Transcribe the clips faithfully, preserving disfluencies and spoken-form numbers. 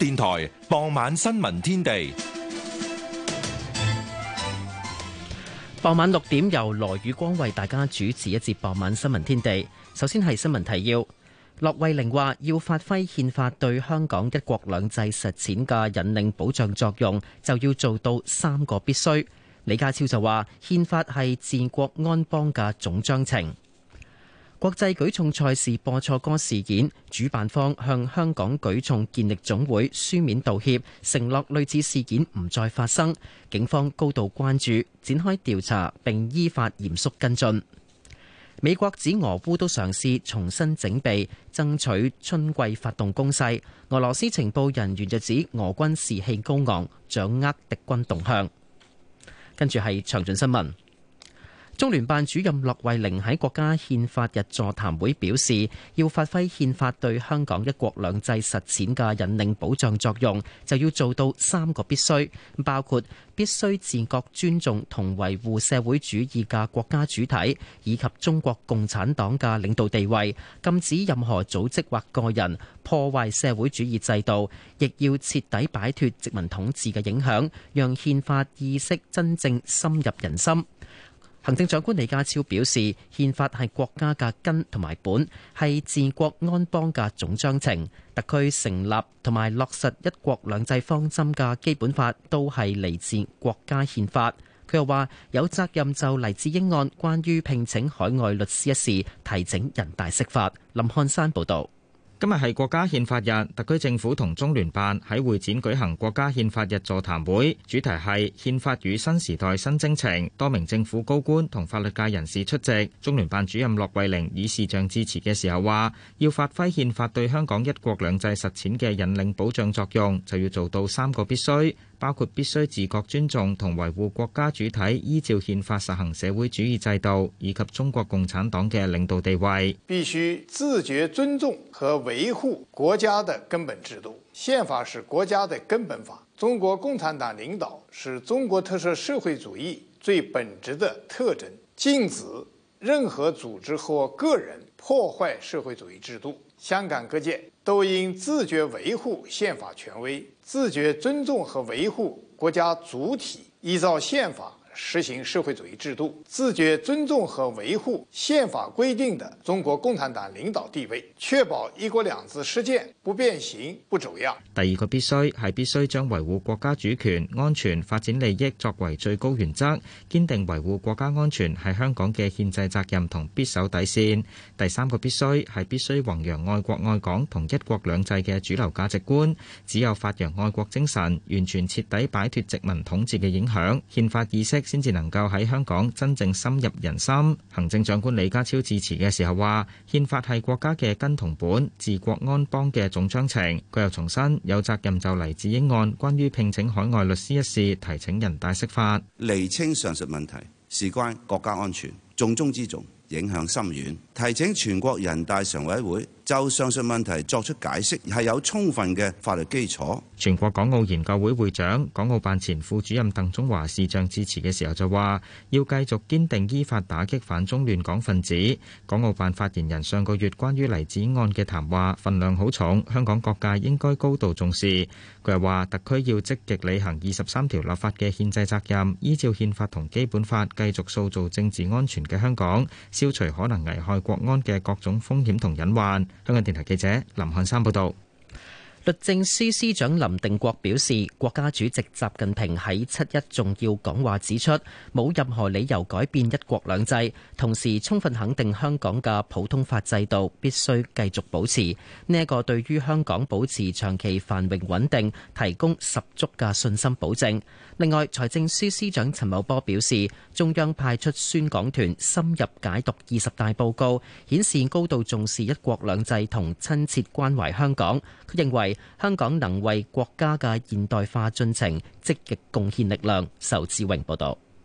電台傍晚新聞天地。 傍晚六點由羅宇光為大家主持一節傍晚新聞天地。首先係新聞提要。駱惠寧話要發揮憲法對香港一國兩制實踐嘅引領保障作用，就要做到三個必須。李家超就話憲法係治國安邦嘅總章程。國際舉重賽事播錯歌事件，主辦方向香港舉重健力總會書面道歉，承諾類似事件唔再發生。警方高度關注，展開調查並依法嚴肅跟進。美國指俄烏都嘗試重新整備，爭取春季發動攻勢。俄羅斯情報人員就指俄軍士氣高昂，掌握敵軍動向。跟住係詳盡新聞。中聯辦主任駱惠寧喺國家憲法日座談會表示，要發揮憲法對香港一國兩制實踐嘅引領保障作用，就要做到三個必須，包括必須自覺尊重同維護社會主義嘅國家主體，以及中國共產黨嘅領導地位，禁止任何組織或個人破壞社會主義制度，亦要徹底擺脫殖民統治嘅影響，讓憲法意識真正深入人心。行政長官李家超表示，憲法係國家嘅根同埋本，係治國安邦嘅總章程。特區成立同埋落實一國兩制方針嘅基本法都係嚟自國家憲法。佢又話有責任就黎智英案關於聘請海外律師一事提請人大釋法。林漢山報導。 今日係國家憲法日，特區政府同中聯辦喺會展舉行國家憲法日座談會，主題係憲法與新時代新征程。多名政府高官同法律界人士出席。中聯辦主任駱惠寧以視像致辭嘅時候話，要發揮憲法對香港一國兩制實踐嘅引領保障作用，就要做到三個必須，包括必須自覺尊重同維護國家主體依照憲法實行社會主義制度，以及中國共產黨嘅領導地位。 必須自覺尊重和維護國家的根本制度，憲法是國家的根本法。中國共產黨領導是中國特色社會主義最本質的特徵，禁止任何組織或個人破壞社會主義制度。香港各界都應自覺維護憲法權威，自覺尊重和維護國家主體依照憲法實行社會主義制度，自覺尊重和維護憲法規定的中國共產黨領導地位，確保一國兩制實踐不變形不走樣。 第二個必須係必須將維護國家主權、安全、發展利益作為最高原則，堅定維護國家安全係香港嘅憲制責任同必守底線。第三個必須係必須弘揚愛國愛港同一國兩制嘅主流價值觀，只有發揚愛國精神，完全徹底擺脫殖民統治嘅影響，憲法意識先至能夠喺香港真正深入人心。行政長官李家超致辭嘅時候話，憲法係國家嘅根同本，治國安邦嘅總章程。佢又重申有責任就黎智英案關於聘請海外律師一事提請人大釋法。 釐清上述問題事關國家安全，重中之重，影響深遠，提請全國人大常委會就上述問題作出解釋，係有充分嘅法律基礎。 全國港澳研究會會長、港澳辦前副主任鄧中華視像致辭嘅時候就話，要繼續堅定依法打擊反中亂港分子。港澳辦發言人上個月關於黎智英案嘅談話分量好重，香港各界應該高度重視。佢又話，特區要積極履行二十三條立法嘅憲制責任，依照憲法同基本法繼續塑造政治安全嘅香港，消除可能危害國安嘅各種風險同隱患。香港電台記者林漢山報道。 律政司司長林定國表示，國家主席習近平喺七一重要講話指出，冇任何理由改變一國兩制，同時充分肯定香港嘅普通法制度必須繼續保持。呢一個對於香港保持長期繁榮穩定提供十足嘅信心保證。另外，財政司司長陳茂波表示，中央派出宣講團深入解讀二十大報告，顯示高度重視一國兩制同親切關懷香港。佢認為香港能為國家嘅現代化進程積極貢獻力量。仇志榮報導。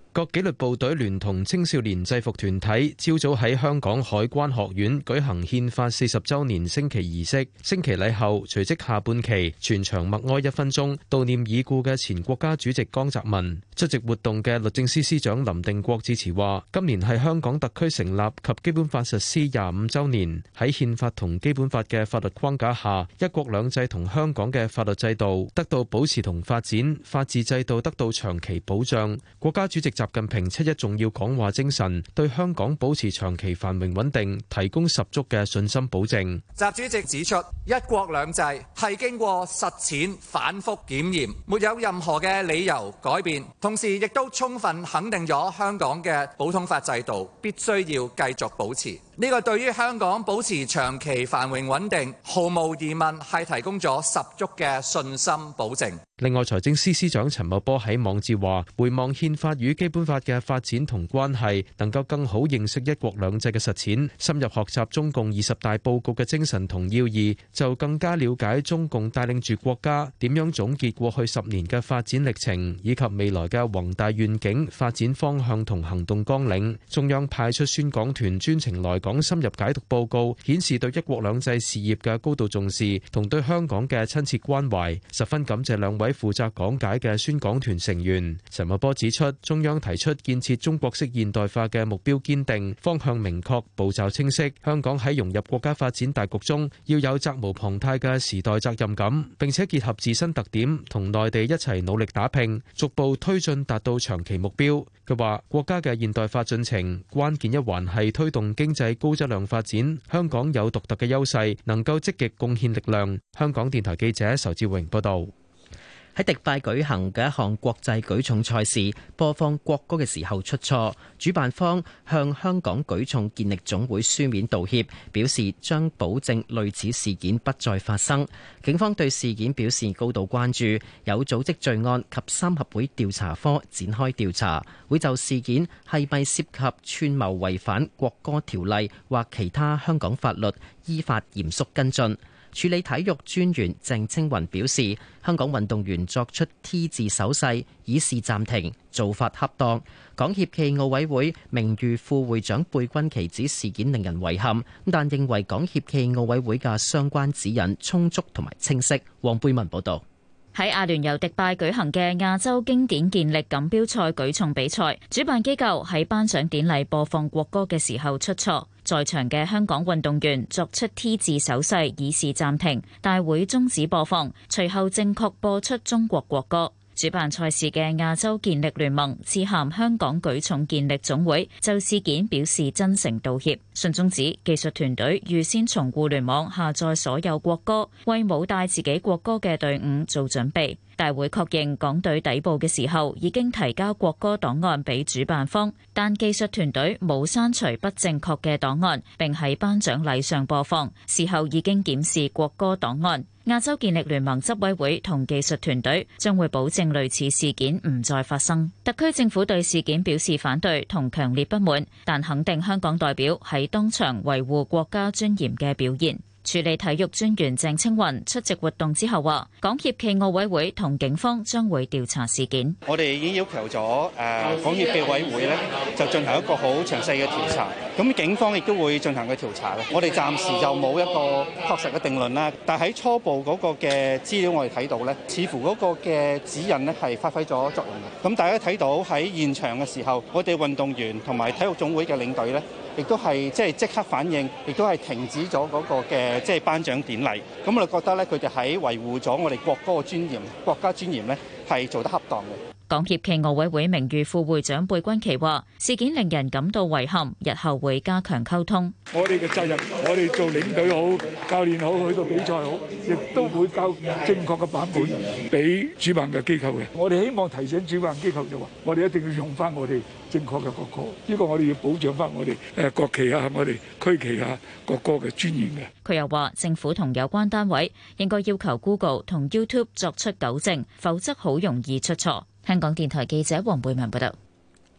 各紀律部隊聯同青少年制服團體朝早喺香港海關學院舉行憲法四十週年升旗儀式。升旗禮後，隨即下半旗，全場默哀一分鐘，悼念已故嘅前國家主席江澤民。出席活動嘅律政司司長林定國致辭話：今年係香港特區成立及基本法實施廿五週年，喺憲法同基本法嘅法律框架下，一國兩制同香港嘅法律制度得到保持同發展，法治制度得到長期保障。國家主席習近平七一重要講話精神，對香港保持長期繁榮穩定提供十足嘅信心保證。 習主席指出，一國兩制係經過實踐反覆檢驗，沒有任何嘅理由改變，同時亦都充分肯定咗香港嘅普通法制度必須要繼續保持。呢個對於香港保持長期繁榮穩定，毫無疑問係提供咗十足嘅信心保證。 另外，財政司司長陳茂波喺網誌話：回望憲法與基本法嘅發展同關係，能夠更好認識一國兩制嘅實踐，深入學習中共二十大報告嘅精神同要義，就更加了解中共帶領住國家點樣總結過去十年嘅發展歷程，以及未來嘅宏大願景、發展方向同行動綱領。中央派出宣講團專程來港深入解讀報告，顯示對一國兩制事業嘅高度重視同對香港嘅親切關懷，十分感謝兩位負責講解嘅宣講團成員。陳茂波指出，中央提出建設中國式現代化嘅目標堅定，方向明確，步驟清晰。香港喺融入國家發展大局中，要有責無旁貸嘅時代責任感，並且結合自身特點，同內地一齊努力打拼，逐步推進達到長期目標。佢話：國家嘅現代化進程關鍵一環係推動經濟高質量發展，香港有獨特嘅優勢，能夠積極貢獻力量。香港電台記者仇志榮報導。 喺迪拜舉行嘅一項國際舉重賽事，播放國歌嘅時候出錯，主辦方向香港舉重健力總會書面道歉，表示將保證類似事件不再發生。警方對事件表示高度關注，有組織罪案及三合會調查科展開調查，會就事件係咪涉及串謀違反國歌條例或其他香港法律，依法嚴肅跟進。處理體育專員鄭青雲表示，香港運動員作出 T 字手勢以示暫停，做法恰當。港協暨奧委會名譽副會長貝鈞奇指事件令人遺憾，但認為港協暨奧委會嘅相關指引充足同埋清晰。黃貝文報導。 喺阿聯酋迪拜舉行嘅亞洲經典健力錦標賽舉重比賽，主辦機構喺頒獎典禮播放國歌嘅時候出錯，在場嘅香港運動員作出 T 字手勢以示暫停，大會終止播放，隨後正確播出中國國歌。主辦賽事嘅亞洲健力聯盟致函香港舉重健力總會，就事件表示真誠道歉。信中指技術團隊預先從互聯網下載所有國歌，為冇帶自己國歌嘅隊伍做準備。大會確認港隊抵埗嘅時候已經提交國歌檔案俾主辦方，但技術團隊冇刪除不正確嘅檔案，並喺頒獎禮上播放。事後已經檢視國歌檔案。亞洲健力聯盟執委會同技術團隊將會保證類似事件唔再發生。特區政府對事件表示反對同強烈不滿，但肯定香港代表喺當場維護國家尊嚴嘅表現。處理體育專員鄭青雲出席活動之後話，港協暨奧委會同警方將會調查事件。 我哋已經要求咗誒港協暨奧委會咧，就進行一個好詳細嘅調查。咁警方亦都會進行個調查嘅。我哋暫時就冇一個確實嘅定論啦。但喺初步嗰個嘅資料我哋睇到咧，似乎嗰個嘅指引咧係發揮咗作用嘅。咁大家睇到喺現場嘅時候，我哋運動員同埋體育總會嘅領隊咧，亦都係即係即刻反應，亦都係停止咗嗰個嘅即係頒獎典禮。咁我哋覺得咧，佢哋喺維護咗我哋國歌嘅尊嚴、國家尊嚴咧，係做得恰當嘅。 港協暨奧委會名譽副會長貝鈞奇話：事件令人感到遺憾，日後會加強溝通。 我哋嘅責任，我哋做領隊好、教練好，去到比賽好，亦都會交正確嘅版本俾主辦嘅機構嘅。我哋希望提醒主辦機構就話：我哋一定要用翻我哋正確嘅國歌。呢個我哋要保障翻我哋誒國旗啊、我哋區旗啊、國歌嘅尊嚴嘅。 佢又話：政府同有關單位應該要求 Google 同 YouTube 作出糾正，否則好容易出錯。香港電台記者黃貝文報道。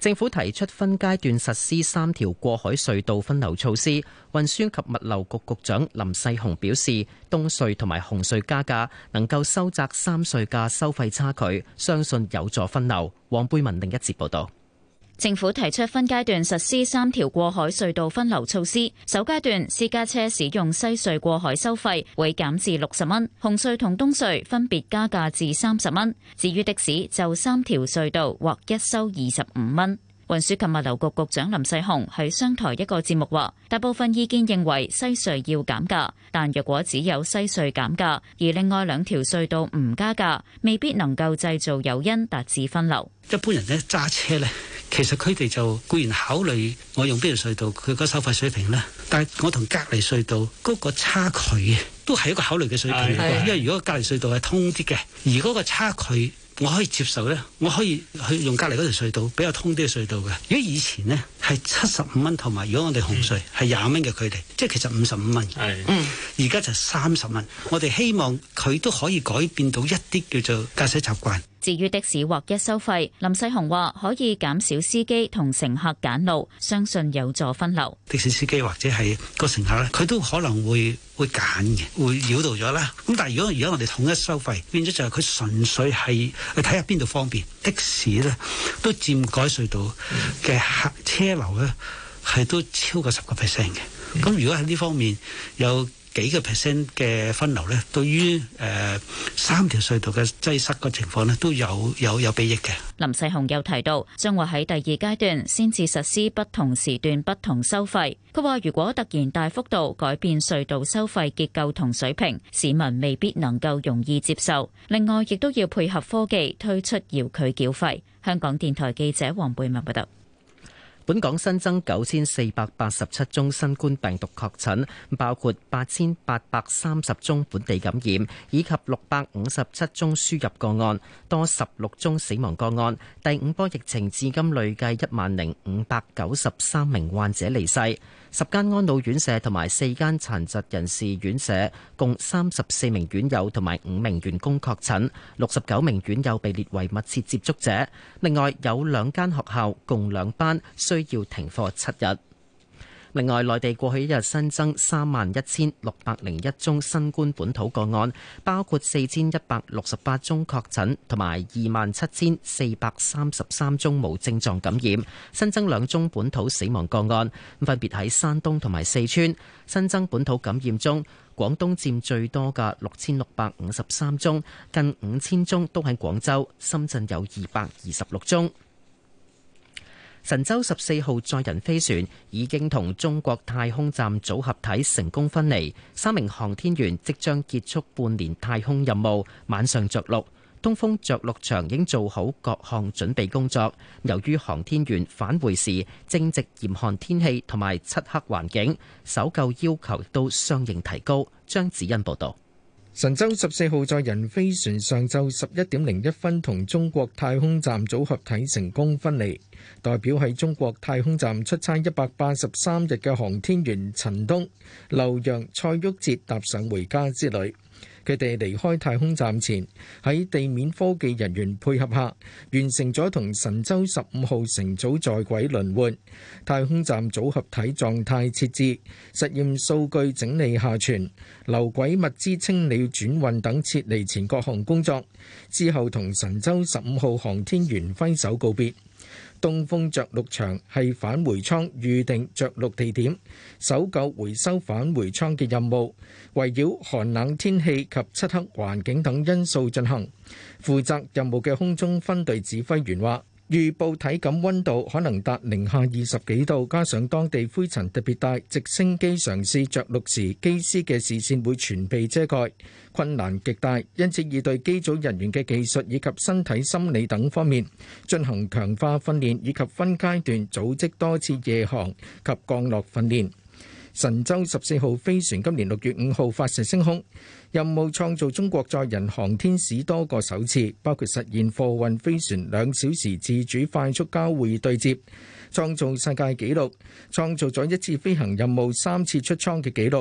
政府提出分階段實施三條過海隧道分流措施。運輸及物流局局長林世雄表示，東隧同埋紅隧加價能夠收窄三隧嘅收費差距，相信有助分流。黃貝文另一節報導。 政府提出分階段實施三條過海隧道分流措施，首階段私家車使用西隧過海收費會減至六十蚊，紅隧同東隧分別加價至三十蚊。至於的士就三條隧道劃一收二十五蚊。運輸及物流局局長林世雄喺商台一個節目話，大部分意見認為西隧要減價，但若果只有西隧減價，而另外兩條隧道唔加價，未必能夠製造誘因達至分流。 一般人咧揸車咧，其實佢哋就固然考慮我用邊條隧道佢個收費水平啦，但係我同隔離隧道嗰個差距都係一個考慮嘅水平。因為如果隔離隧道係通啲嘅，而嗰個差距我可以接受咧，我可以去用隔離嗰條隧道比較通啲嘅隧道嘅。如果以前呢係七十五蚊，同埋如果我哋紅隧係廿蚊嘅距離，即係其實五十五蚊。嗯，而家就三十蚊。我哋希望佢都可以改變到一啲叫做駕駛習慣。 至於的士劃一收費，林世雄話可以減少司機同乘客揀路，相信有助分流。 的士司機或者係個乘客咧，佢都可能會會揀嘅，會繞道咗啦。咁但係如果而家我哋統一收費，變咗就係佢純粹係去睇下邊度方便。的士咧都佔改隧道嘅客車流咧係都超過十個 percent 嘅。咁、嗯、如果喺呢方面有幾個 percent 嘅分流呢，對於誒、呃、三條隧道嘅擠塞嘅情況呢，都有有有裨益嘅。 林世雄又提到，將會喺第二階段先至實施不同時段不同收費。佢話：如果突然大幅度改變隧道收費結構同水平，市民未必能夠容易接受。另外，亦都要配合科技推出遙距繳費。香港電台記者黃貝文報道。 本港新增九千四百八十七宗新冠病毒確診，包括八千八百三十宗本地感染，以及六百五十七宗輸入個案，多十六宗死亡個案。第五波疫情至今累計一萬零五百九十三名患者離世。十間安老院舍同埋四間殘疾人士院舍，共三十四名院友同埋五名員工確診，六十九名院友被列為密切接觸者。另外有兩間學校共兩班需要停課七日。另外，內地過去一日新增三萬一千六百零一宗新冠本土個案，包括四千一百六十八宗確診，同埋二萬七千四百三十三宗無症狀感染。新增兩宗本土死亡個案，分別喺山東同埋四川。新增本土感染中，廣東佔最多嘅六千六百五十三宗，近五千宗都喺廣州。深圳有二百二十六宗。神舟十四號載人飛船已經同中國太空站組合體成功分離，三名航天員即將結束半年太空任務，晚上着陸。東風着陸場已經做好各項準備工作。由於航天員返回時正值嚴寒天氣同埋漆黑環境，搜救要求亦都相應提高。張子欣報道。 神舟十四號載人飛船上晝十一點零一分同中國太空站組合體成功分離，代表喺中國太空站出差一百八十三日嘅航天員陳冬、劉洋、蔡旭哲踏上回家之旅。佢哋離開太空站前，喺地面科技人員配合下，完成咗同神舟十五號乘組在軌輪換、太空站組合體狀態設置、實驗數據整理下傳、留軌物資清理轉運等撤離前各項工作。之後同神舟十五號航天員揮手告別。東風着陸場係返回艙預定着陸地點，搜救回收返回艙嘅任務圍繞寒冷天氣及漆黑環境等因素進行。負責任務嘅空中分隊指揮員話，預報體感溫度可能達零下二十幾度，加上當地灰塵特別大，直升機嘗試着陸時，機師嘅視線會全被遮蓋，困難極大，因此已對機組人員嘅技術以及身體心理等方面進行強化訓練，以及分階段組織多次夜航及降落訓練。神舟十四號飛船今年六月五號發射升空，任務創造中國載人航天史多個首次，包括實現貨運飛船兩小時自主快速交會對接，創造世界紀錄，創造咗一次飛行任務三次出艙嘅紀錄，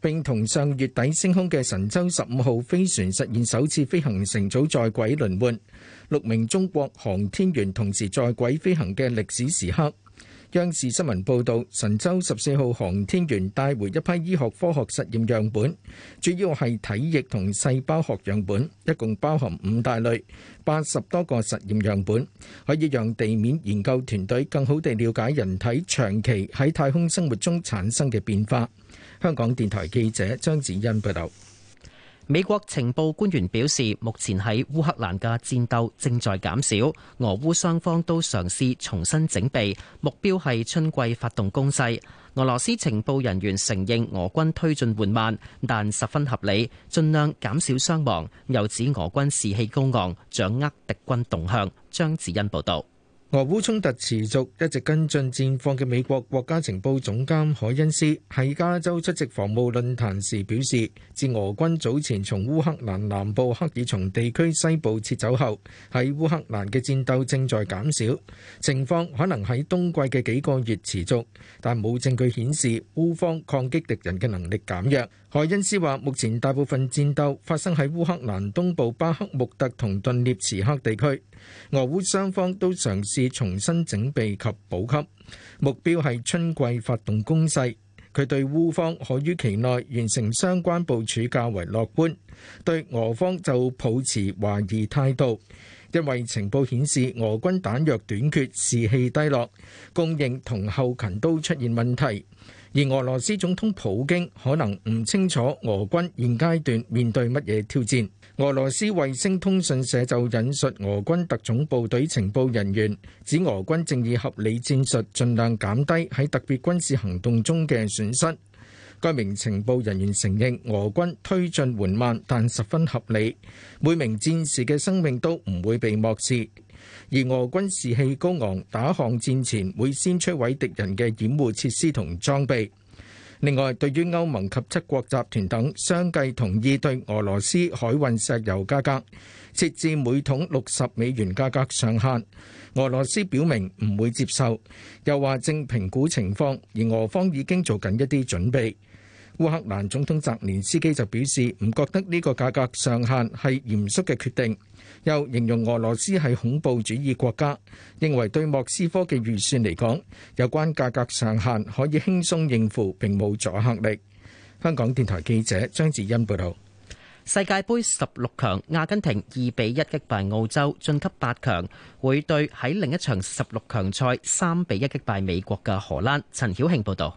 並同上月底升空嘅神舟十五號飛船實現首次飛行乘組在軌輪換，六名中國航天員同時在軌飛行嘅歷史時刻。央視新聞報導，神舟十四號航天員帶回一批醫學科學實驗樣本，主要係體液同細胞學樣本，一共包含五大類、八十多個實驗樣本，可以讓地面研究團隊更好地了解人體長期喺太空生活中產生嘅變化。香港電台記者張子欣報道。 美國情報官員表示，目前喺烏克蘭嘅戰鬥正在減少，俄烏雙方都嘗試重新整備，目標係春季發動攻勢。俄羅斯情報人員承認俄軍推進緩慢，但十分合理，盡量減少傷亡。又指俄軍士氣高昂，掌握敵軍動向。張子欣報導。 俄烏衝突持續，一直跟進戰況嘅美國國家情報總監海恩斯喺加州出席防務論壇時表示，自俄軍早前從烏克蘭南部克爾松地區西部撤走後，喺烏克蘭嘅戰鬥正在減少，情況可能喺冬季嘅幾個月持續，但冇證據顯示烏方抗擊敵人嘅能力減弱。海恩斯話，目前大部分戰鬥發生喺烏克蘭東部巴克穆特同頓涅茨克地區，俄烏雙方都嘗試重新整備及補給，目標係春季發動攻勢。佢對烏方可於期內完成相關部署較為樂觀，對俄方就抱持懷疑態度，因為情報顯示俄軍彈藥短缺、士氣低落，供應同後勤都出現問題。而俄羅斯總統普京可能唔清楚俄軍現階段面對乜嘢挑戰。俄羅斯衛星通訊社就引述俄軍特種部隊情報人員指，俄軍正以合理戰術盡量減低喺特別軍事行動中嘅損失。該名情報人員承認俄軍推進緩慢，但十分合理，每名戰士嘅生命都唔會被漠視。而俄軍士氣高昂，打巷戰前會先摧毀敵人嘅掩護設施同裝備。另外，對於歐盟及七國集團等相繼同意對俄羅斯海運石油價格設置每桶六十美元價格上限，俄羅斯表明唔會接受，又話正評估情況，而俄方已經做緊一啲準備。烏克蘭總統澤連斯基就表示唔覺得呢個價格上限係嚴肅嘅決定，又形容俄羅斯係恐怖主義國家，認為對莫斯科嘅預算嚟講，有關價格上限可以輕鬆應付，並冇阻嚇力。香港電台記者張智欣報道。 世界盃十六強，阿根廷二比一擊敗澳洲，晉級八強，會對喺另一場十六強賽三比一擊敗美國嘅荷蘭。陳曉慶報道。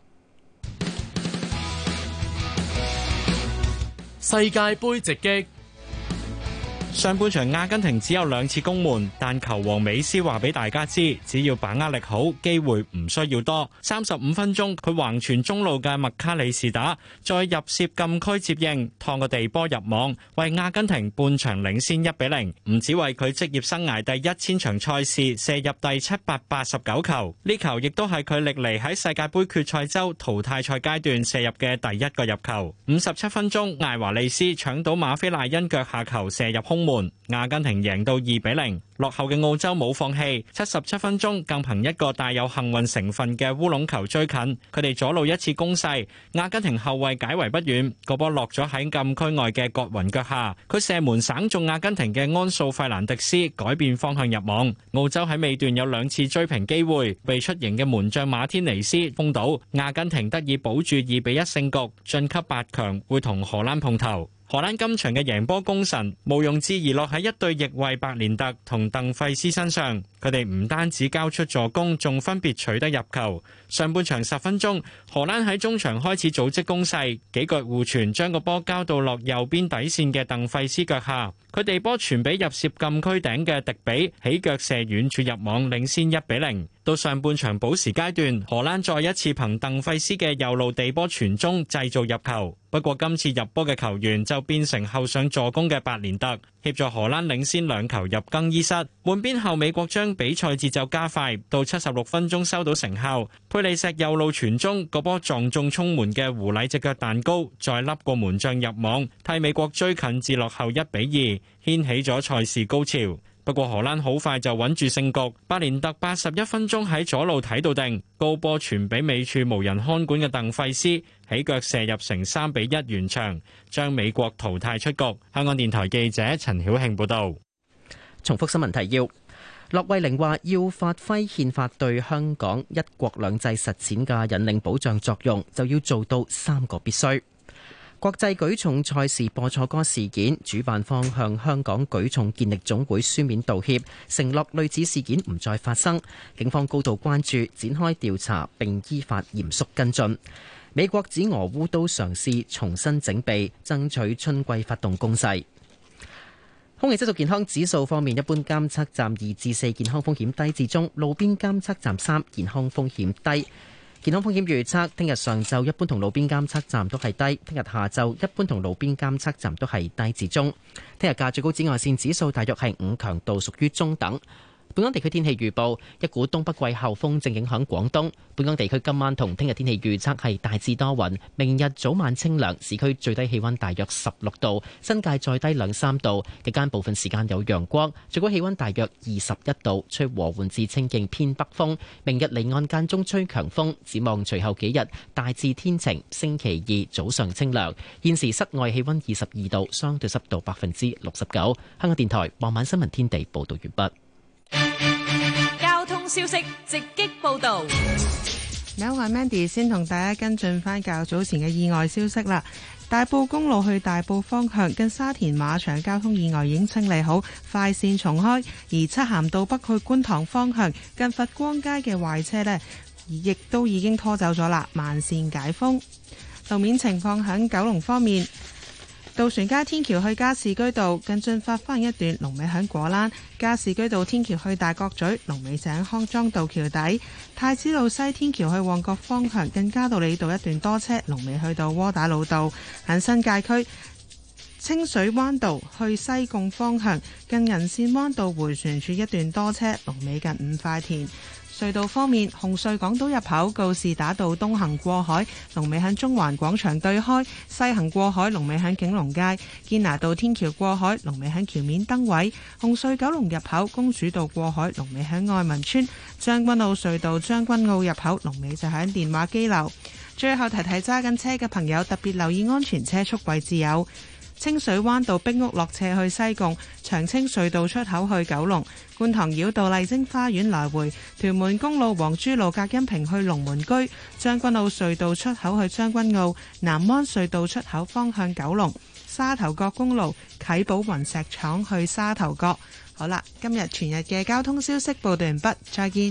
世界盃直擊。 上半場阿根廷只有兩次攻門，但球王美斯話俾大家知，只要把握力好，機會唔需要多。三十五分鐘，佢橫傳中路嘅麥卡里士打，再入楔禁區接應，趟個地波入網，為阿根廷半場領先一比零。唔止為佢職業生涯第一千場賽事射入第七百八十九球，呢球亦都係佢歷嚟喺世界盃決賽周淘汰賽階段射入嘅第一個入球。五十七分鐘，艾華利斯搶到馬菲賴恩腳下球射入空門，阿根廷贏到二比零。落後嘅澳洲冇放棄，七十七分鐘更憑一個帶有幸運成分嘅烏龍球追近，佢哋左路一次攻勢，阿根廷後衛解圍不遠，個波落咗喺禁區外嘅葛雲腳下，佢射門省中阿根廷嘅安素費蘭迪斯，改變方向入網。澳洲喺尾段有兩次追平機會，被出迎嘅門將馬天尼斯封堵，阿根廷得以保住二比一勝局，晉級八強，會同荷蘭碰頭。荷蘭今場嘅贏波功臣，毋庸置疑落喺一對翼衛白連特同鄧費斯身上。佢哋唔單止交出助攻，仲分別取得入球。上半場十分鐘，荷蘭喺中場開始組織攻勢，幾腳互傳將個波交到落右邊底線嘅鄧費斯腳下，佢地波傳俾入楔禁區頂嘅迪比，起腳射遠處入網，領先一比零。到上半場補時階段，荷蘭再一次憑鄧費斯嘅右路地波傳中製造入球。不過今次入波嘅球員就變成後上助攻嘅白連特，協助荷蘭領先兩球入更衣室。換邊後，美國將比賽節奏加快，到七十六分鐘收到成效。佩利石右路傳中，個波撞中衝門嘅胡禮隻腳彈高，再笠過門將入網，替美國追近至落後一比二，掀起咗賽事高潮。 不過荷蘭好快就穩住勝局，巴連特八十一分鐘喺左路睇到定，高波傳俾尾處無人看管嘅鄧費斯，起腳射入成三比一完場，將美國淘汰出局。香港電台記者陳曉慶報導。 重複新聞提要。駱惠寧話：要發揮憲法對香港一國兩制實踐嘅引領保障作用，就要做到三個必須。國際舉重賽事播錯歌事件，主辦方向香港舉重健力總會書面道歉，承諾類似事件唔再發生。警方高度關注，展開調查並依法嚴肅跟進。美國指俄烏都嘗試重新整備，爭取春季發動攻勢。空氣質素健康指數方面，一般監測站二至四，健康風險低至中；路邊監測站三，健康風險低。健康風險預測：聽日上晝一般同路邊監測站都係低；聽日下晝一般同路邊監測站都係低至中。聽日嘅最高紫外線指數大約係五，強度屬於中等。本港地區天氣預報：一股東北季候風正影響廣東。本港地區今晚同聽日天氣預測係大致多雲，明日早晚清涼，市區最低氣溫大約十六度，新界再低兩三度。日間部分時間有陽光，最高氣溫大約二十一度，吹和緩至清勁偏北風。明日離岸間中吹強風。展望隨後幾日大致天晴，星期二早上清涼。現時室外氣溫二十二度，相對濕度百分之六十九。香港電台傍晚新聞天地報道完畢。 交通消息直擊報道。 有我係 Mandy 先同大家跟進翻較早前嘅意外消息啦。大埔公路去大埔方向近沙田馬場交通意外已經清理好，快線重開。而漆咸道北去觀塘方向近佛光街嘅壞車呢，亦都已經拖走咗啦，慢線解封。路面情況喺九龍方面，渡船街天橋去加士居道近進發翻一段龍尾響果欄，加士居道天橋去大角咀龍尾井康莊道橋底，太子路西天橋去旺角方向近嘉道理道一段多車，龍尾去到窩打老道。喺新界區清水灣道去西貢方向近銀線灣道迴旋處一段多車，龍尾近五塊田。隧道方面，紅隧港島入口告士打道東行過海，龍尾喺中環廣場對開；西行過海，龍尾喺景隆街。堅拿道天橋過海，龍尾喺橋面燈位。紅隧九龍入口公主道過海，龍尾喺愛民村。將軍澳隧道將軍澳入口，龍尾就喺電話機樓。最後提提揸緊車嘅朋友，特別留意安全車速位置有清水灣道壁屋落斜去西貢，長青隧道出口去九龍，觀塘繞道麗晶花園來回，屯門公路黃珠路隔音屏去龍門居，將軍澳隧道出口去將軍澳，南灣隧道出口方向九龍，沙頭角公路啟寶雲石廠去沙頭角。好啦，今日全日嘅交通消息報道完畢，再見。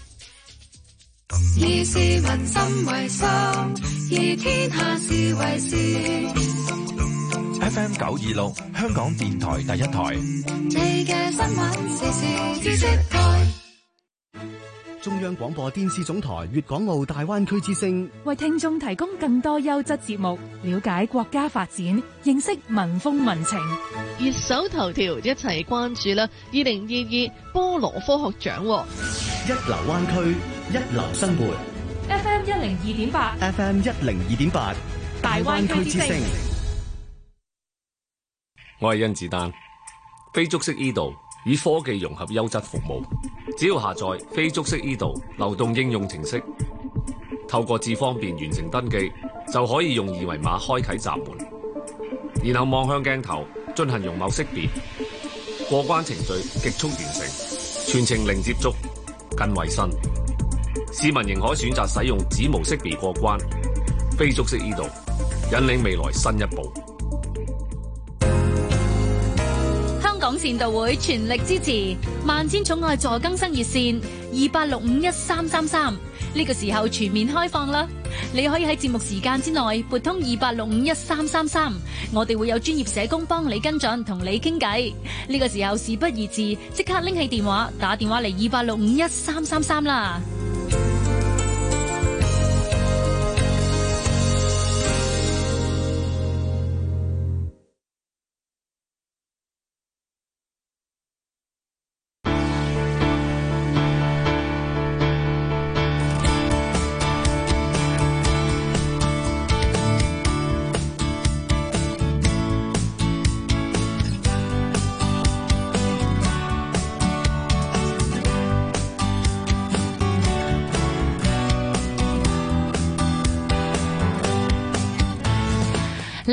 以市民心為心，以天下事為事。 F M 九二六，香港電台第一台。 你嘅新聞時事知識台。 中央廣播電視總台粵港澳大灣區之聲， 為聽眾提供更多優質節目，了解國家發展，認識民風民情。 熱搜頭條，一齊關注啦！二零二二菠蘿科學獎， 一流灣區，一流生活。 F M 一零二點八 ，F M 一零二點八，大灣區之聲。 我係甄子丹，非觸式 e 道與科技融合優質服務，只要下載非觸式 e 道流動應用程式，透過智方便完成登記，就可以用二維碼開啟閘門，然後望向鏡頭進行容貌識別，過關程序極速完成，全程零接觸，更衛生。市民仍可選擇使用指模識別過關，非觸式 e 道引領未來新一步。 香港善導會全力支持萬千寵愛助更生熱線二八六五一三三三，呢個時候全面開放啦！你可以喺節目時間之內撥通二八六五一三三三，我哋會有專業社工幫你跟進，同你傾偈。呢個時候事不宜遲，即刻拎起電話打電話嚟二八六五一三三三啦！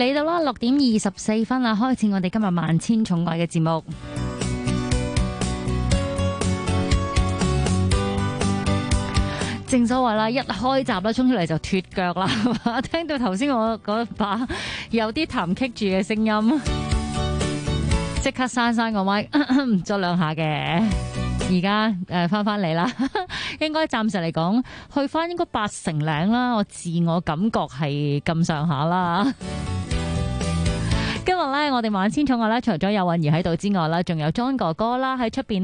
嚟到啦，六點二十四分啦，開始我哋今日萬千寵愛嘅節目。正所謂啦，一開閘啦，衝出嚟就脫腳啦，係嘛？聽到頭先我嗰把有啲痰棘住嘅聲音，即刻閂閂個咪，捽兩下嘅。而家誒翻翻嚟啦，應該暫時嚟講，去翻應該八成零啦。我自我感覺係咁上下啦。今日咧，我哋萬千寵愛咧，除咗有韻兒喺度之外啦，仲有 John 哥哥啦喺出邊。